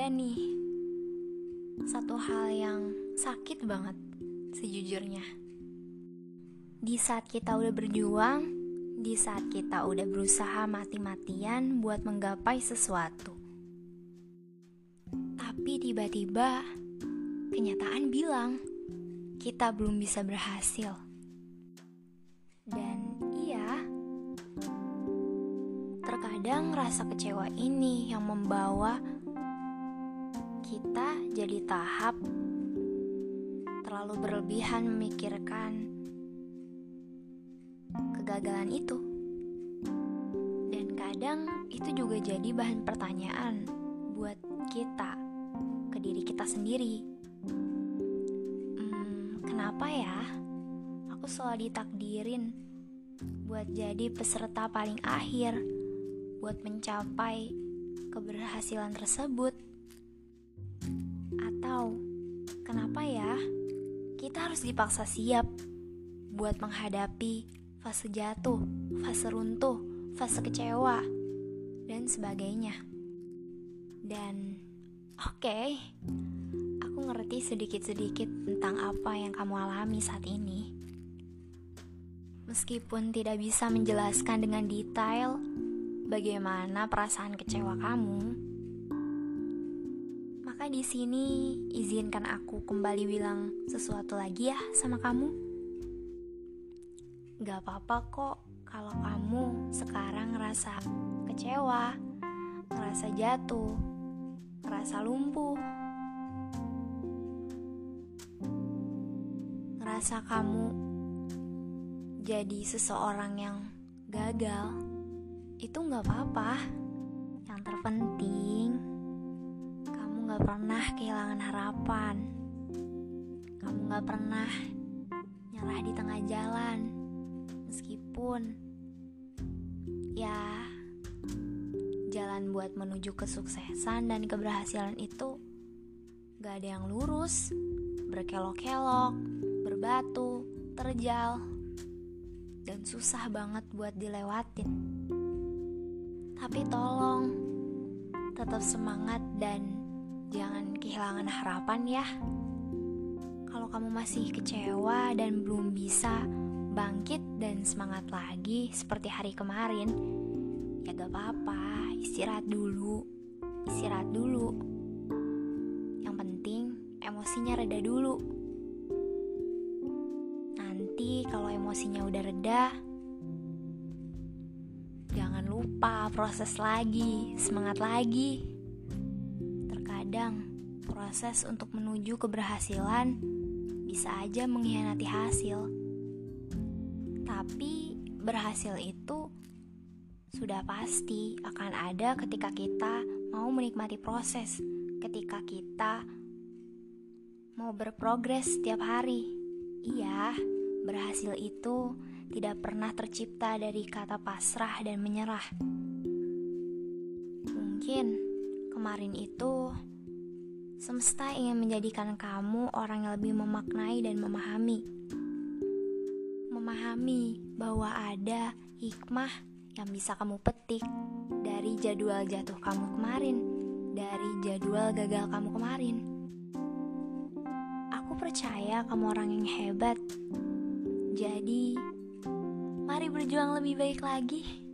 ada nih satu hal yang sakit banget sejujurnya. Di saat kita udah berjuang, di saat kita udah berusaha mati-matian buat menggapai sesuatu, tapi tiba-tiba kenyataan bilang kita belum bisa berhasil. Dan iya, terkadang rasa kecewa ini yang membawa kita jadi tahap terlalu berlebihan memikirkan kegagalan itu. Dan kadang itu juga jadi bahan pertanyaan buat kita, ke diri kita sendiri. Kenapa ya aku selalu ditakdirin buat jadi peserta paling akhir, buat mencapai keberhasilan tersebut? Atau kenapa ya kita harus dipaksa siap buat menghadapi fase jatuh, fase runtuh, fase kecewa, dan sebagainya? Dan oke, aku ngerti sedikit-sedikit tentang apa yang kamu alami saat ini. Meskipun tidak bisa menjelaskan dengan detail bagaimana perasaan kecewa kamu, maka di sini izinkan aku kembali bilang sesuatu lagi ya sama kamu. Gak apa-apa kok kalau kamu sekarang ngerasa kecewa, ngerasa jatuh, ngerasa lumpuh, ngerasa kamu jadi seseorang yang gagal. Itu gak apa-apa. Yang terpenting kamu gak pernah kehilangan harapan. Kamu gak pernah nyerah di tengah jalan. Meskipun ya jalan buat menuju kesuksesan dan keberhasilan itu gak ada yang lurus, berkelok-kelok, berbatu, terjal, dan susah banget buat dilewatin. Tapi tolong tetap semangat dan jangan kehilangan harapan ya. Kalau kamu masih kecewa dan belum bisa bangkit dan semangat lagi seperti hari kemarin, ya gak apa-apa, istirahat dulu. Yang penting emosinya reda dulu. Nanti kalau emosinya udah reda, jangan lupa proses lagi, semangat lagi. Terkadang proses untuk menuju keberhasilan bisa aja mengkhianati hasil. Tapi berhasil itu sudah pasti akan ada ketika kita mau menikmati proses, ketika kita mau berprogres setiap hari. Iya, berhasil itu tidak pernah tercipta dari kata pasrah dan menyerah. Mungkin kemarin itu semesta ingin menjadikan kamu orang yang lebih memaknai dan memahami bahwa ada hikmah yang bisa kamu petik dari jadwal jatuh kamu kemarin, dari jadwal gagal kamu kemarin. Aku percaya kamu orang yang hebat. Jadi mari berjuang lebih baik lagi.